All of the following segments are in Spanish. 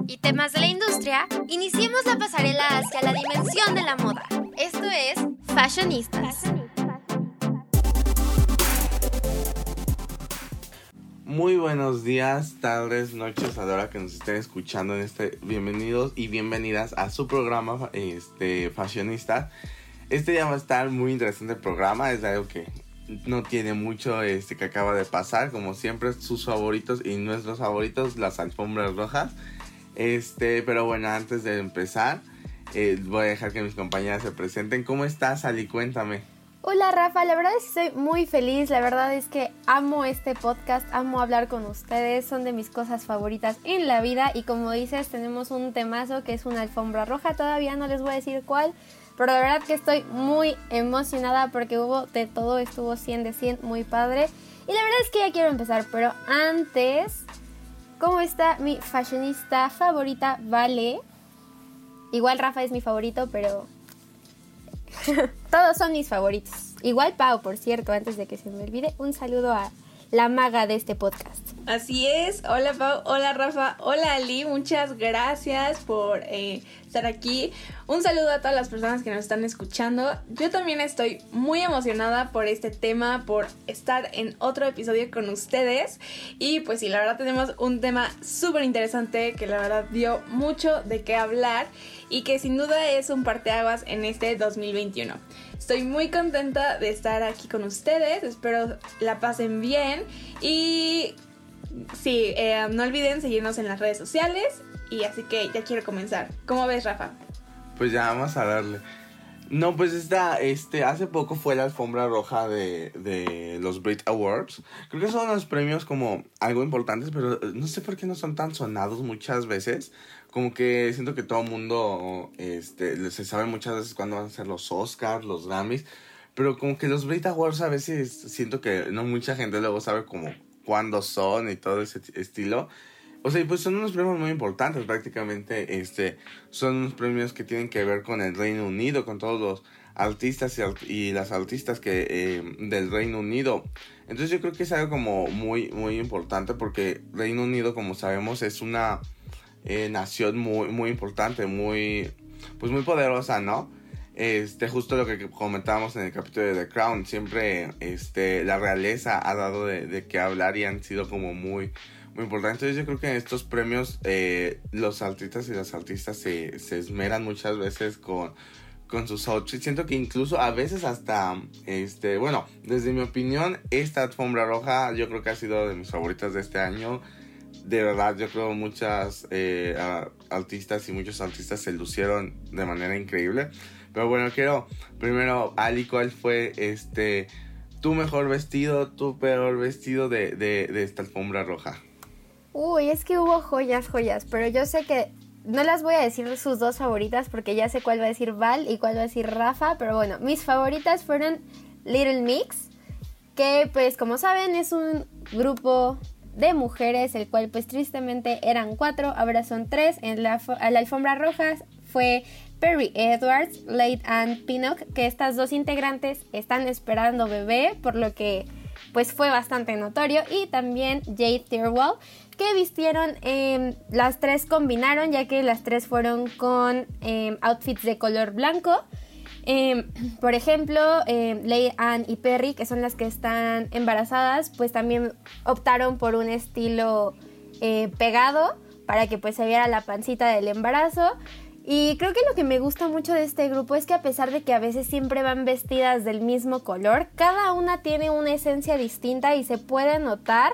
y temas de la industria, iniciemos la pasarela hacia la dimensión de la moda. Esto es Fashionistas. Muy buenos días, tardes, noches, a la hora que nos estén escuchando en bienvenidos y bienvenidas a su programa Fashionistas. Ya va a estar muy interesante el programa, es algo que no tiene mucho que acaba de pasar, como siempre sus favoritos y nuestros favoritos, las alfombras rojas. Pero bueno, antes de empezar, voy a dejar que mis compañeras se presenten. ¿Cómo estás, Ali? Cuéntame. Hola Rafa, la verdad es que estoy muy feliz, la verdad es que amo este podcast, amo hablar con ustedes, son de mis cosas favoritas en la vida y como dices tenemos un temazo que es una alfombra roja, todavía no les voy a decir cuál, pero de verdad que estoy muy emocionada porque hubo de todo, estuvo 100 de 100, muy padre y la verdad es que ya quiero empezar, pero antes, ¿cómo está mi fashionista favorita, Vale? Igual Rafa es mi favorito, pero... todos son mis favoritos. Igual Pau, por cierto, antes de que se me olvide, un saludo a la maga de este podcast. Así es, hola Pau, hola Rafa, hola Ali, muchas gracias por estar aquí. Un saludo a todas las personas que nos están escuchando. Yo también estoy muy emocionada por este tema, por estar en otro episodio con ustedes. Y pues sí, la verdad tenemos un tema súper interesante que la verdad dio mucho de qué hablar y que sin duda es un parteaguas en este 2021. Estoy muy contenta de estar aquí con ustedes, espero la pasen bien y sí, no olviden seguirnos en las redes sociales y así que ya quiero comenzar. ¿Cómo ves, Rafa? Pues ya vamos a darle. No, pues hace poco fue la alfombra roja de los Brit Awards. Creo que son unos premios como algo importantes, pero no sé por qué no son tan sonados muchas veces. Como que siento que todo el mundo se sabe muchas veces cuándo van a ser los Oscars, los Grammys. Pero como que los Brit Awards a veces siento que no mucha gente luego sabe como cuándo son y todo ese estilo. O sea, pues son unos premios muy importantes prácticamente. Son unos premios que tienen que ver con el Reino Unido, con todos los artistas y las artistas del Reino Unido. Entonces yo creo que es algo como muy, muy importante porque Reino Unido, como sabemos, es una nación muy, muy importante, muy poderosa, ¿no? Justo lo que comentábamos en el capítulo de The Crown, siempre la realeza ha dado de qué hablar y han sido como muy, muy importantes. Entonces yo creo que en estos premios los artistas y las artistas se esmeran muchas veces con sus outfits. Siento que incluso a veces hasta, bueno, desde mi opinión, esta alfombra roja yo creo que ha sido de mis favoritas de este año. De verdad, yo creo muchas artistas y muchos artistas se lucieron de manera increíble. Pero bueno, quiero primero, Ali, ¿cuál fue tu mejor vestido, tu peor vestido de esta alfombra roja? Uy, es que hubo joyas, pero yo sé que no las voy a decir sus dos favoritas porque ya sé cuál va a decir Val y cuál va a decir Rafa, pero bueno, mis favoritas fueron Little Mix, que pues como saben es un grupo de mujeres, el cual pues tristemente eran 4, ahora son 3. En la alfombra roja fue Perry Edwards, Late Ann Pinnock, que estas dos integrantes están esperando bebé, por lo que pues fue bastante notorio, y también Jade Thirlwall, que vistieron, las 3 combinaron, ya que las 3 fueron con outfits de color blanco. Por ejemplo, Lay Ann y Perry, que son las que están embarazadas, pues también optaron por un estilo pegado para que pues se viera la pancita del embarazo. Y creo que lo que me gusta mucho de este grupo es que a pesar de que a veces siempre van vestidas del mismo color, cada una tiene una esencia distinta y se puede notar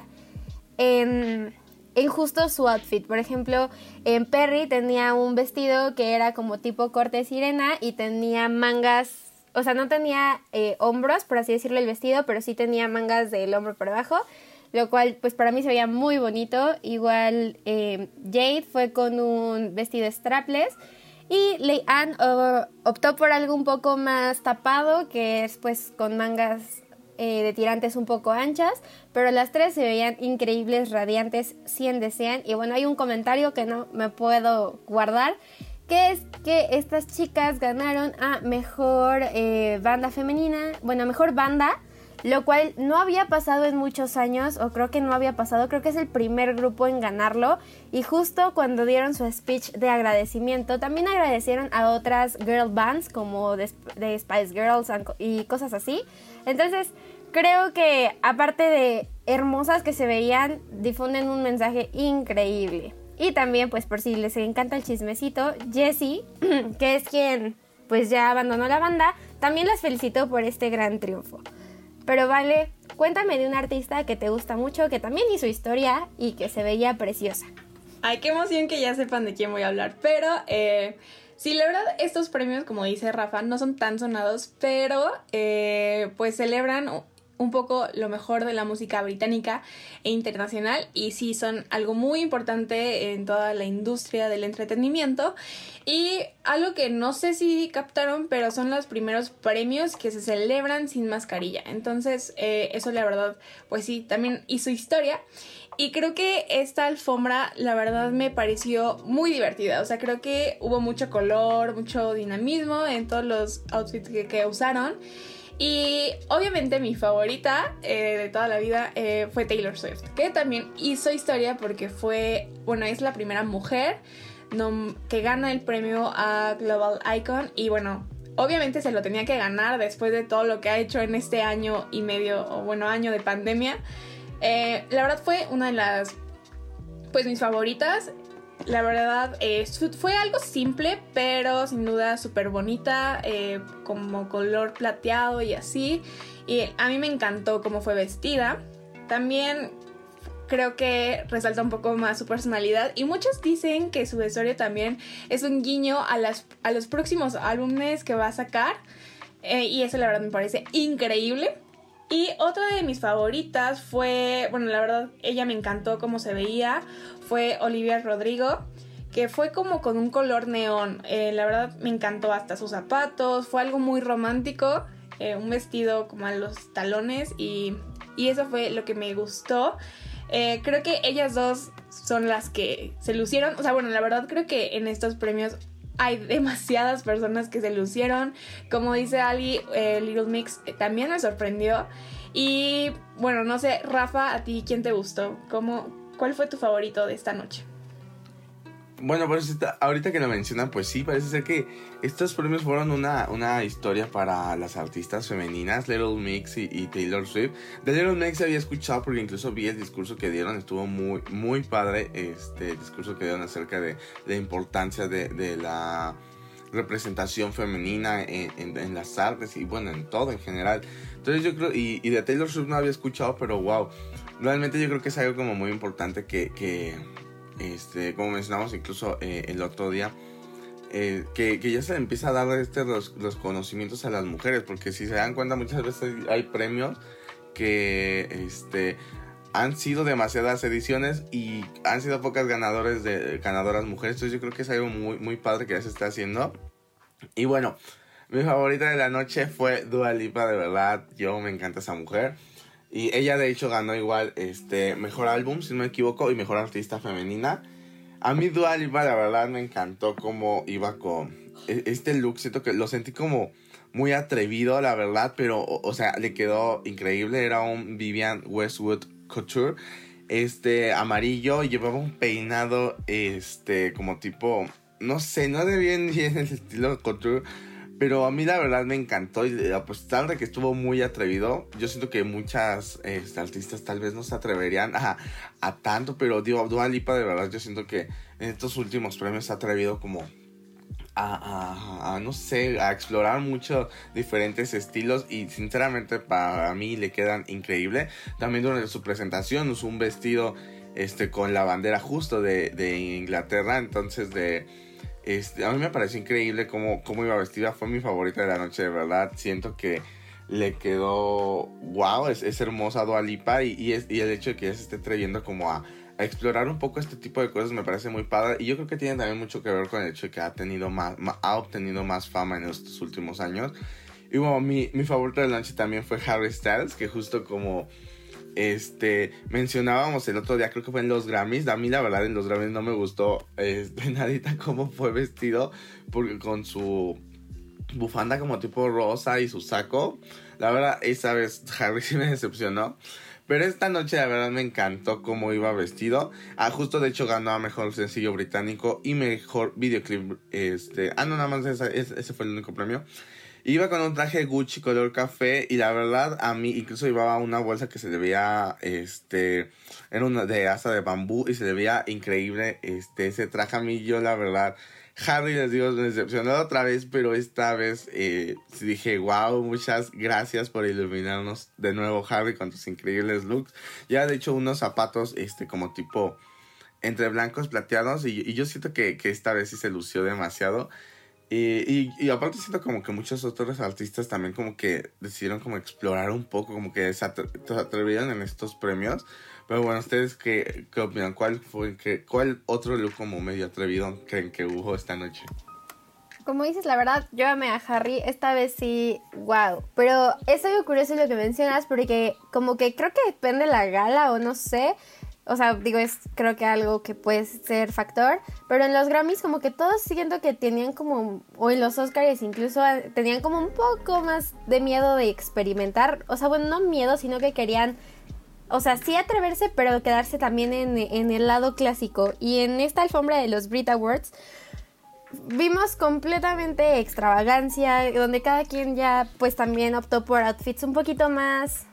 en justo su outfit. Por ejemplo, en Perry tenía un vestido que era como tipo corte sirena y tenía mangas, o sea, no tenía hombros, por así decirlo, el vestido, pero sí tenía mangas del hombro por abajo, lo cual pues para mí se veía muy bonito. Igual Jade fue con un vestido strapless y Lay Ann optó por algo un poco más tapado, que es pues con mangas de tirantes un poco anchas, pero las 3 se veían increíbles, radiantes, 100 de 100. Y bueno, hay un comentario que no me puedo guardar, que es que estas chicas ganaron a mejor banda femenina, bueno, mejor banda lo cual no había pasado en muchos años, o creo que no había pasado, creo que es el primer grupo en ganarlo, y justo cuando dieron su speech de agradecimiento, también agradecieron a otras girl bands como de Spice Girls y cosas así. Entonces creo que aparte de hermosas que se veían, difunden un mensaje increíble. Y también, pues por si les encanta el chismecito, Jessie, que es quien pues ya abandonó la banda, también las felicitó por este gran triunfo. Pero Vale, cuéntame de una artista que te gusta mucho, que también hizo historia y que se veía preciosa. Ay, qué emoción que ya sepan de quién voy a hablar. Pero, sí, la verdad, estos premios, como dice Rafa, no son tan sonados, pero pues celebran un poco lo mejor de la música británica e internacional, y sí son algo muy importante en toda la industria del entretenimiento. Y algo que no sé si captaron, pero son los primeros premios que se celebran sin mascarilla. Entonces eso la verdad pues sí, también hizo historia. Y creo que esta alfombra la verdad me pareció muy divertida. O sea, creo que hubo mucho color, mucho dinamismo en todos los outfits que usaron. Y obviamente mi favorita de toda la vida fue Taylor Swift, que también hizo historia porque es la primera mujer que gana el premio a Global Icon. Y bueno, obviamente se lo tenía que ganar después de todo lo que ha hecho en este año y medio, año de pandemia. La verdad fue una de las, pues, mis favoritas. La verdad fue algo simple, pero sin duda súper bonita, como color plateado y así. Y a mí me encantó cómo fue vestida. También creo que resalta un poco más su personalidad, y muchos dicen que su vestuario también es un guiño a los próximos álbumes que va a sacar, y eso la verdad me parece increíble. Y otra de mis favoritas fue, la verdad ella me encantó cómo se veía, fue Olivia Rodrigo, que fue como con un color neón. La verdad me encantó hasta sus zapatos, fue algo muy romántico, un vestido como a los talones, y eso fue lo que me gustó. Creo que ellas dos son las que se lucieron. O sea, la verdad creo que en estos premios hay demasiadas personas que se lucieron. Como dice Ali, Little Mix también me sorprendió. Y no sé, Rafa, ¿a ti quién te gustó? ¿Cuál fue tu favorito de esta noche? Bueno, pues ahorita que lo mencionan, pues sí, parece ser que estos premios fueron una historia para las artistas femeninas, Little Mix y Taylor Swift. De Little Mix había escuchado porque incluso vi el discurso que dieron, estuvo muy, muy padre el discurso que dieron acerca de la importancia de la representación femenina en las artes y en todo en general. Entonces yo creo, y de Taylor Swift no había escuchado, pero wow, realmente yo creo que es algo como muy importante que como mencionamos incluso el otro día, que ya se empieza a dar los conocimientos a las mujeres, porque si se dan cuenta muchas veces hay premios que han sido demasiadas ediciones y han sido pocas ganadoras mujeres. Entonces yo creo que es algo muy, muy padre que ya se está haciendo. Y mi favorita de la noche fue Dua Lipa, de verdad, yo me encanta esa mujer. Y ella de hecho ganó igual mejor álbum, si no me equivoco, y mejor artista femenina. A mí Dua Lipa la verdad me encantó cómo iba con este look. Siento que lo sentí como muy atrevido, la verdad, pero o sea, le quedó increíble. Era un Vivienne Westwood Couture amarillo, y llevaba un peinado como tipo, no sé, no de bien el estilo couture, pero a mí la verdad me encantó. Y a pesar de que estuvo muy atrevido, yo siento que muchas artistas tal vez no se atreverían a tanto, pero Dua Lipa de verdad yo siento que en estos últimos premios se ha atrevido como no sé, a explorar muchos diferentes estilos, y sinceramente para mí le quedan increíble. También durante su presentación usó un vestido con la bandera justo de Inglaterra, entonces a mí me pareció increíble cómo iba vestida. Fue mi favorita de la noche, de verdad. Siento que le quedó wow, es hermosa Dua Lipa, y el hecho de que ella se esté atreviendo como a explorar un poco este tipo de cosas me parece muy padre. Y yo creo que tiene también mucho que ver con el hecho de que ha obtenido más fama en estos últimos años. Y mi favorita de la noche también fue Harry Styles, que justo como mencionábamos el otro día, creo que fue en los Grammys. A mí la verdad en los Grammys no me gustó nadita cómo fue vestido, porque con su bufanda como tipo rosa y su saco, La verdad, esta vez Harry sí me decepcionó. Pero esta noche la verdad me encantó cómo iba vestido. Justo de hecho ganó a mejor sencillo británico y mejor videoclip. No, nada más ese fue el único premio. Iba con un traje Gucci color café y la verdad a mí incluso llevaba una bolsa que se le veía, era una de asa de bambú y se le veía increíble ese traje. A mí yo la verdad, Harry les digo, me decepcionó otra vez, pero esta vez dije, wow, muchas gracias por iluminarnos de nuevo, Harry, con tus increíbles looks. Ya de hecho unos zapatos como tipo entre blancos plateados y yo siento que esta vez sí se lució demasiado. Y aparte siento como que muchos otros artistas también como que decidieron como explorar un poco, como que se atrevieron en estos premios. Pero bueno, ¿ustedes qué opinan? ¿Cuál otro look como medio atrevido creen que hubo esta noche? Como dices, la verdad, yo amé a Harry, esta vez sí, wow. Pero es algo curioso lo que mencionas, porque como que creo que depende de la gala o no sé. O sea, digo, es creo que algo que puede ser factor. Pero en los Grammys como que todos siento que tenían como, o en los Oscars incluso, tenían como un poco más de miedo de experimentar. O sea, bueno, no miedo, sino que querían, o sea, sí atreverse, pero quedarse también en el lado clásico. Y en esta alfombra de los Brit Awards vimos completamente extravagancia, donde cada quien ya pues también optó por outfits un poquito más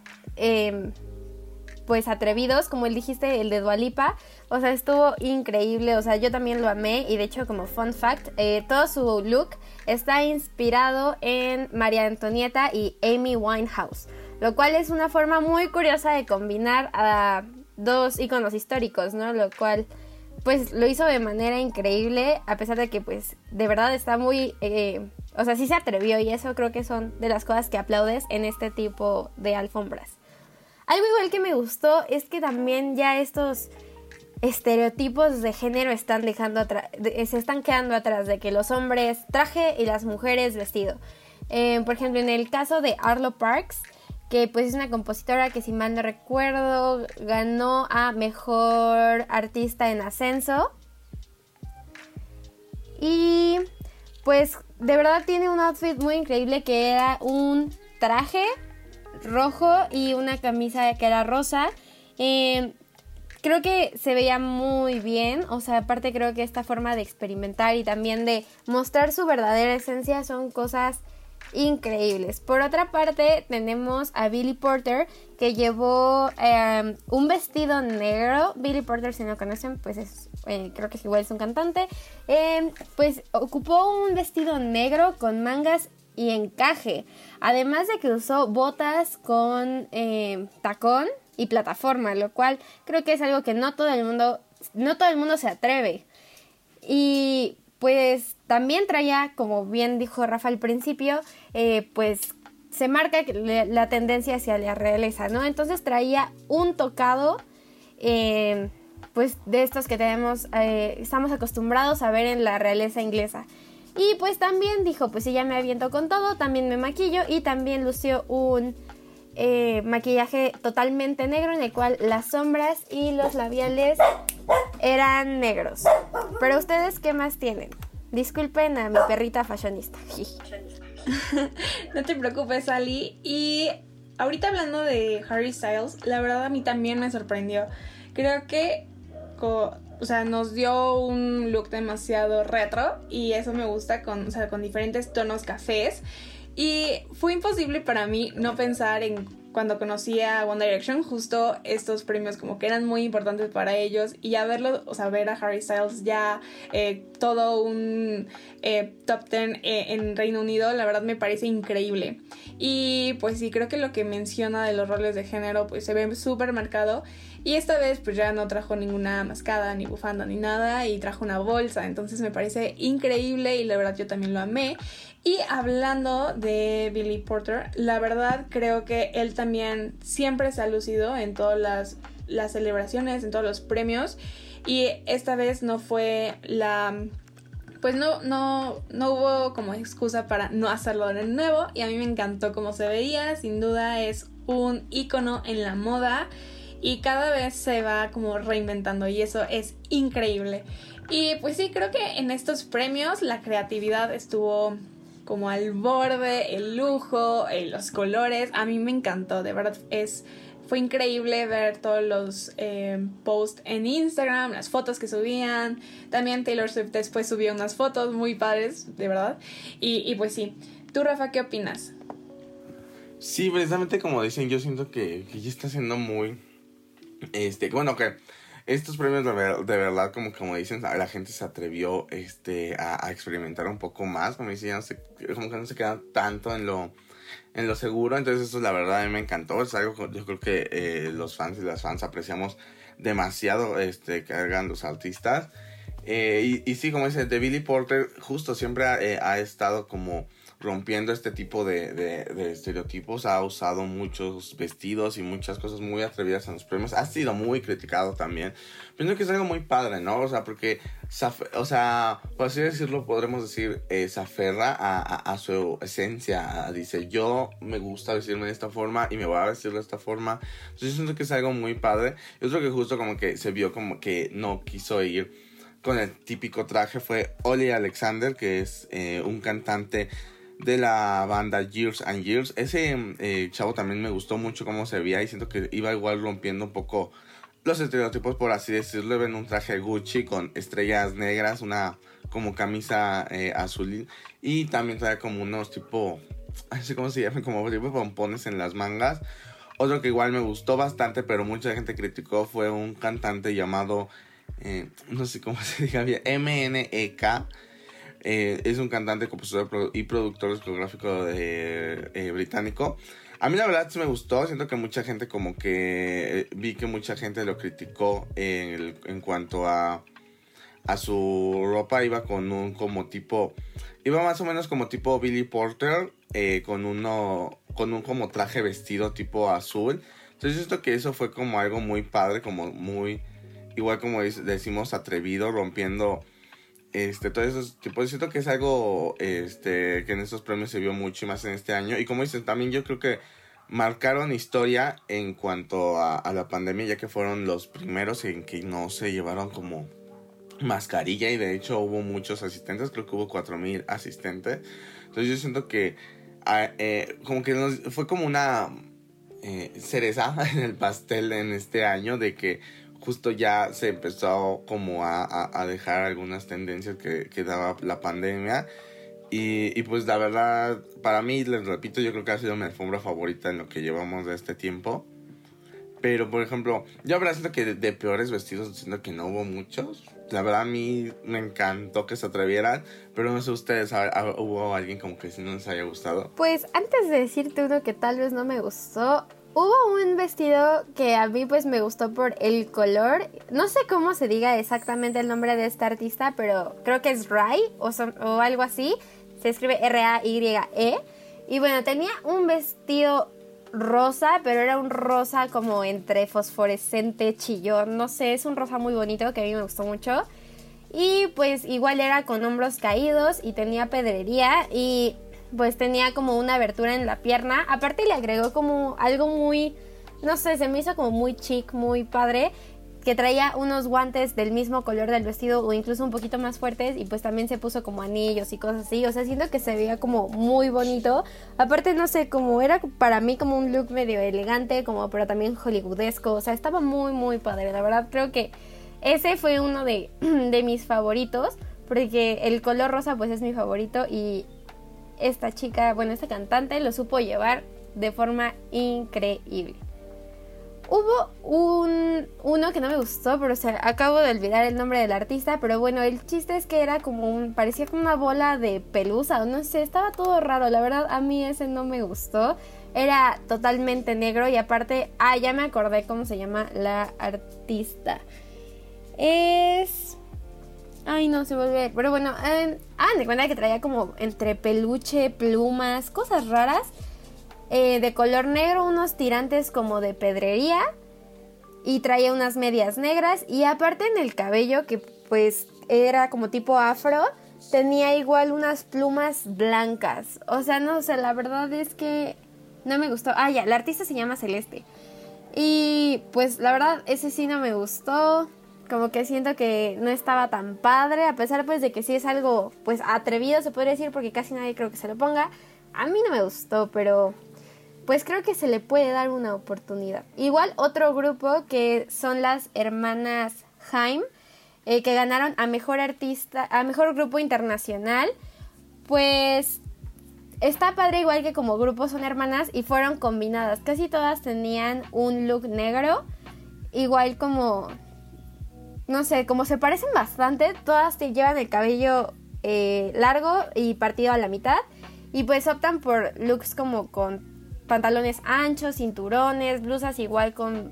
pues atrevidos, como dijiste, el de Dua Lipa. O sea, estuvo increíble, o sea, yo también lo amé. Y de hecho, como fun fact, todo su look está inspirado en María Antonieta y Amy Winehouse, lo cual es una forma muy curiosa de combinar a dos íconos históricos, ¿no? Lo cual pues lo hizo de manera increíble, a pesar de que pues de verdad está muy o sea, sí se atrevió, y eso creo que son de las cosas que aplaudes en este tipo de alfombras. Algo igual que me gustó es que también ya estos estereotipos de género se están quedando atrás, de que los hombres traje y las mujeres vestido. Por ejemplo, en el caso de Arlo Parks, que pues es una compositora que, si mal no recuerdo, ganó a Mejor Artista en Ascenso. Y pues de verdad tiene un outfit muy increíble, que era un traje rojo y una camisa que era rosa. Creo que se veía muy bien, o sea, aparte creo que esta forma de experimentar y también de mostrar su verdadera esencia son cosas increíbles. Por otra parte, tenemos a Billy Porter, que llevó un vestido negro. Billy Porter, si no conocen, pues creo que igual es un cantante. Pues ocupó un vestido negro con mangas y encaje, además de que usó botas con tacón y plataforma, lo cual creo que es algo que no todo el mundo se atreve. Y pues también traía, como bien dijo Rafa al principio, pues se marca la tendencia hacia la realeza, ¿no? Entonces traía un tocado, pues de estos que estamos acostumbrados a ver en la realeza inglesa. Y pues también dijo, pues si ya me aviento con todo, también me maquillo, y también lució un maquillaje totalmente negro, en el cual las sombras y los labiales eran negros. Pero ustedes, ¿qué más tienen? Disculpen a mi perrita fashionista. No te preocupes, Ali. Y ahorita hablando de Harry Styles, la verdad a mí también me sorprendió. Creo que nos dio un look demasiado retro, y eso me gusta, con diferentes tonos cafés. Y fue imposible para mí no pensar en cuando conocí a One Direction, justo estos premios como que eran muy importantes para ellos, y ya verlo, ver a Harry Styles ya todo un top 10 en Reino Unido, la verdad me parece increíble. Y pues sí, creo que lo que menciona de los roles de género pues se ve súper marcado. Y esta vez pues ya no trajo ninguna mascada, ni bufanda, ni nada, y trajo una bolsa. Entonces me parece increíble, y la verdad yo también lo amé. Y hablando de Billy Porter, la verdad creo que él también siempre se ha lucido en todas las celebraciones, en todos los premios. Y esta vez no fue pues no hubo como excusa para no hacerlo de nuevo. Y a mí me encantó cómo se veía. Sin duda es un ícono en la moda, y cada vez se va como reinventando, y eso es increíble. Y pues sí, creo que en estos premios la creatividad estuvo como al borde, el lujo, los colores. A mí me encantó, de verdad fue increíble ver todos los posts en Instagram, las fotos que subían. También Taylor Swift después subió unas fotos muy padres, de verdad. Y pues sí. ¿Tú, Rafa, qué opinas? Sí, precisamente como dicen, yo siento que ya está siendo muy... bueno, que estos premios de verdad, como dicen, la gente se atrevió a experimentar un poco más. Como dicen, como que no se quedan tanto en lo seguro. Entonces eso la verdad a mí me encantó. Es algo que yo creo que los fans y las fans apreciamos demasiado que hagan los artistas. Y sí, como dice, de Billy Porter justo siempre ha estado como rompiendo este tipo de estereotipos. Ha usado muchos vestidos y muchas cosas muy atrevidas en los premios. Ha sido muy criticado también. Pienso que es algo muy padre, ¿no? O sea, porque, por así decirlo, podremos decir, se aferra a su esencia. Dice, yo me gusta vestirme de esta forma y me voy a vestir de esta forma. Entonces yo siento que es algo muy padre. Yo creo que justo como que se vio como que no quiso ir con el típico traje. Fue Olly Alexander, que es un cantante de la banda Years and Years. Ese chavo también me gustó mucho cómo se veía y siento que iba igual rompiendo un poco los estereotipos, por así decirlo. Ven un traje Gucci con estrellas negras, una como camisa azul y también trae como unos tipo, no sé cómo se llaman, como tipo pompones en las mangas. Otro que igual me gustó bastante, pero mucha gente criticó, fue un cantante llamado, no sé cómo se diga bien, MNEK. Es un cantante, compositor y productor discográfico británico. A mí la verdad sí me gustó. Siento que mucha gente como que vi que mucha gente lo criticó en cuanto a su ropa. Iba con un como tipo, iba más o menos como tipo Billy Porter, con un como traje vestido tipo azul. Entonces siento que eso fue como algo muy padre, como muy, igual como decimos, atrevido, rompiendo todos esos tipos. Siento que es algo que en estos premios se vio mucho y más en este año. Y como dicen, también yo creo que marcaron historia en cuanto a la pandemia, ya que fueron los primeros en que no se llevaron como mascarilla, y de hecho hubo muchos asistentes. Creo que hubo 4,000 asistentes. Entonces yo siento que como que fue como una cereza en el pastel en este año, de que justo ya se empezó como a dejar algunas tendencias que daba la pandemia. Y pues la verdad, para mí, les repito, yo creo que ha sido mi alfombra favorita en lo que llevamos de este tiempo. Pero, por ejemplo, yo la verdad siento que de peores vestidos, siento que no hubo muchos. La verdad a mí me encantó que se atrevieran, pero no sé ustedes, ¿hubo alguien como que sí no les haya gustado? Pues antes de decirte uno que tal vez no me gustó, hubo un vestido que a mí pues me gustó por el color. No sé cómo se diga exactamente el nombre de esta artista, pero creo que es Rai o algo así. Se escribe R-A-Y-E. Y bueno, tenía un vestido rosa, pero era un rosa como entre fosforescente, chillón. No sé, es un rosa muy bonito que a mí me gustó mucho. Y pues igual era con hombros caídos y tenía pedrería y pues tenía como una abertura en la pierna. Aparte le agregó como algo muy, no sé, se me hizo como muy chic, muy padre, que traía unos guantes del mismo color del vestido o incluso un poquito más fuertes, y pues también se puso como anillos y cosas así. O sea, siento que se veía como muy bonito. Aparte, no sé, como era para mí como un look medio elegante, como pero también hollywoodesco. O sea, estaba muy muy padre. La verdad creo que ese fue uno de mis favoritos, porque el color rosa pues es mi favorito, y esta chica, bueno, esta cantante lo supo llevar de forma increíble. Hubo uno que no me gustó, pero acabo de olvidar el nombre del artista, pero bueno, el chiste es que era como parecía como una bola de pelusa, o no sé, estaba todo raro. La verdad a mí ese no me gustó. Era totalmente negro y aparte, ya me acordé cómo se llama la artista. Ay, no, se volvió. Pero bueno, de cuenta que traía como entre peluche, plumas, cosas raras. De color negro, unos tirantes como de pedrería. Y traía unas medias negras. Y aparte en el cabello, que pues era como tipo afro, tenía igual unas plumas blancas. O sea, no sé, la verdad es que no me gustó. Ya, la artista se llama Celeste. Y pues la verdad, ese sí no me gustó. como que siento que no estaba tan padre, a pesar pues de que sí es algo pues atrevido, se podría decir, porque casi nadie creo que se lo ponga. A mí no me gustó, pero pues creo que se le puede dar una oportunidad. Igual otro grupo que son las hermanas Haim, que ganaron a mejor artista, a mejor grupo internacional. Pues está padre, igual que como grupo son hermanas y fueron combinadas. Casi todas tenían un look negro, igual como, no sé, como se parecen bastante. Todas te llevan el cabello largo y partido a la mitad. Y pues optan por looks como con pantalones anchos, cinturones, blusas igual con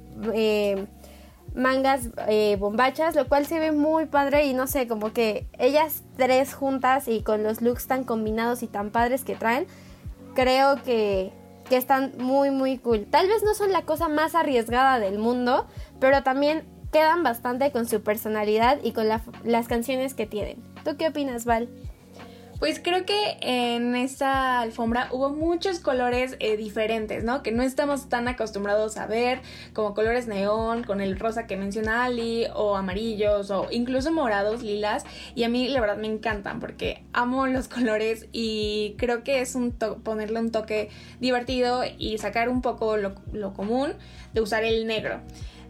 mangas bombachas, lo cual se ve muy padre. Y no sé, como que ellas tres juntas y con los looks tan combinados y tan padres que traen, creo que están muy muy cool. Tal vez no son la cosa más arriesgada del mundo, pero también quedan bastante con su personalidad y con las canciones que tienen. ¿Tú qué opinas, Val? Pues creo que en esta alfombra hubo muchos colores diferentes, ¿no? Que no estamos tan acostumbrados a ver, como colores neón, con el rosa que menciona Ali, o amarillos, o incluso morados, lilas. Y a mí la verdad me encantan porque amo los colores y creo que es ponerle un toque divertido y sacar un poco lo común de usar el negro.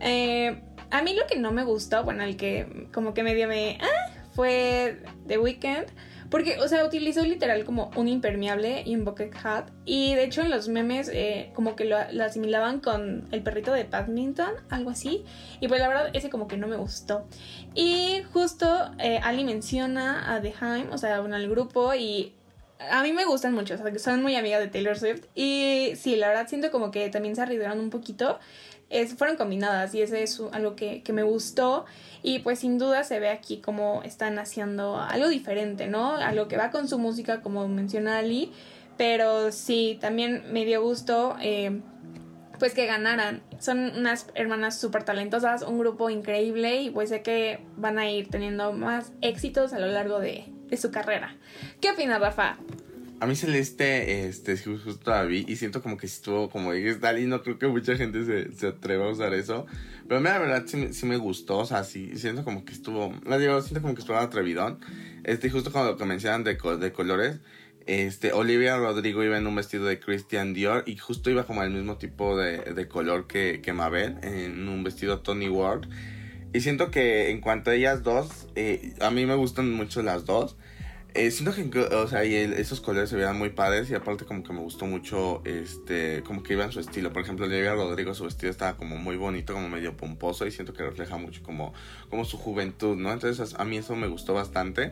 A mí lo que no me gustó, bueno, el que como que medio fue The Weeknd. Porque, o sea, utilizó literal como un impermeable y un bucket hat. Y de hecho en los memes como que lo asimilaban con el perrito de Paddington, algo así. Y pues la verdad ese como que no me gustó. Y justo Ali menciona a The Haim, o sea, bueno, al grupo. Y a mí me gustan mucho, o sea, que son muy amigas de Taylor Swift. Y sí, la verdad siento como que también se arriesgaron un poquito. Fueron combinadas y ese es algo que me gustó. Y pues sin duda se ve aquí como están haciendo algo diferente, ¿no? Algo que va con su música, como menciona Ali. Pero sí, también me dio gusto pues que ganaran. Son unas hermanas súper talentosas, un grupo increíble. Y pues sé que van a ir teniendo más éxitos a lo largo de su carrera. ¿Qué opinas, Rafa? A mí Celeste, justo la vi y siento como que estuvo, como dije, Dali, no creo que mucha gente se atreva a usar eso. Pero a mí la verdad sí me gustó, o sea, sí, siento como que estuvo, siento como que estuvo atrevidón. Justo como lo que mencionan de colores, Olivia Rodrigo iba en un vestido de Christian Dior y justo iba como el mismo tipo de color que Mabel, en un vestido Tony Ward. Y siento que en cuanto a ellas dos, a mí me gustan mucho las dos. Siento que, o sea, esos colores se veían muy padres y aparte como que me gustó mucho, como que iba en su estilo. Por ejemplo, Olivia Rodrigo, su vestido estaba como muy bonito, como medio pomposo y siento que refleja mucho como su juventud, ¿no? Entonces a mí eso me gustó bastante.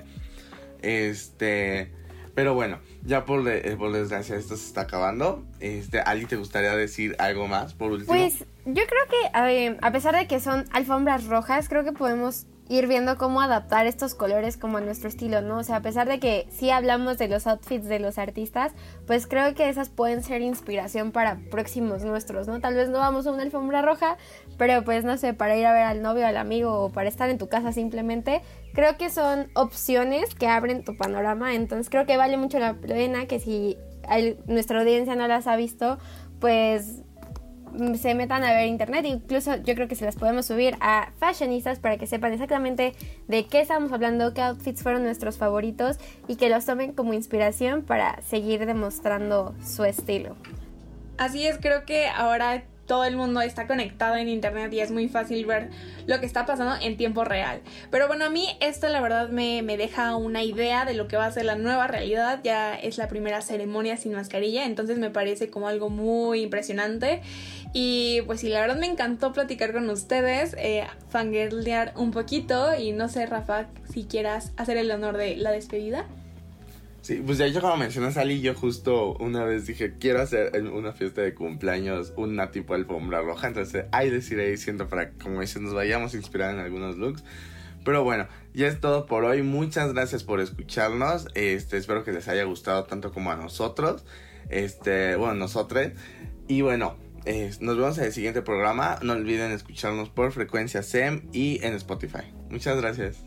Pero bueno, ya por desgracia esto se está acabando. Ali, ¿te gustaría decir algo más por último? Pues yo creo que a pesar de que son alfombras rojas, creo que podemos ir viendo cómo adaptar estos colores como a nuestro estilo, ¿no? O sea, a pesar de que sí hablamos de los outfits de los artistas, pues creo que esas pueden ser inspiración para próximos nuestros, ¿no? Tal vez no vamos a una alfombra roja, pero pues no sé, para ir a ver al novio, al amigo o para estar en tu casa simplemente, creo que son opciones que abren tu panorama. Entonces creo que vale mucho la pena que si nuestra audiencia no las ha visto, pues se metan a ver internet. Incluso yo creo que se las podemos subir a Fashionistas para que sepan exactamente de qué estamos hablando, qué outfits fueron nuestros favoritos y que los tomen como inspiración para seguir demostrando su estilo. Así es, creo que ahora todo el mundo está conectado en internet y es muy fácil ver lo que está pasando en tiempo real. Pero bueno, a mí esto la verdad me deja una idea de lo que va a ser la nueva realidad. Ya es la primera ceremonia sin mascarilla, entonces me parece como algo muy impresionante. Y pues sí, la verdad me encantó platicar con ustedes, fangirlear un poquito. Y no sé, Rafa, si quieras hacer el honor de la despedida. Sí, pues de hecho como mencionas, Ali, yo justo una vez dije, quiero hacer una fiesta de cumpleaños, una tipo alfombra roja. Entonces ahí les iré diciendo para que, como dicen, nos vayamos a inspirar en algunos looks. Pero bueno, ya es todo por hoy. Muchas gracias por escucharnos. Espero que les haya gustado tanto como a nosotros. Nosotros. Y bueno, nos vemos en el siguiente programa. No olviden escucharnos por Frecuencia SEM y en Spotify. Muchas gracias.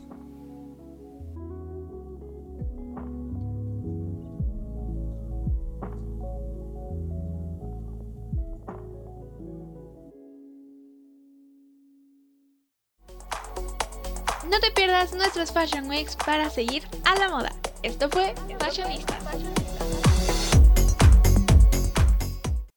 No te pierdas nuestros Fashion Weeks para seguir a la moda. Esto fue Fashionistas.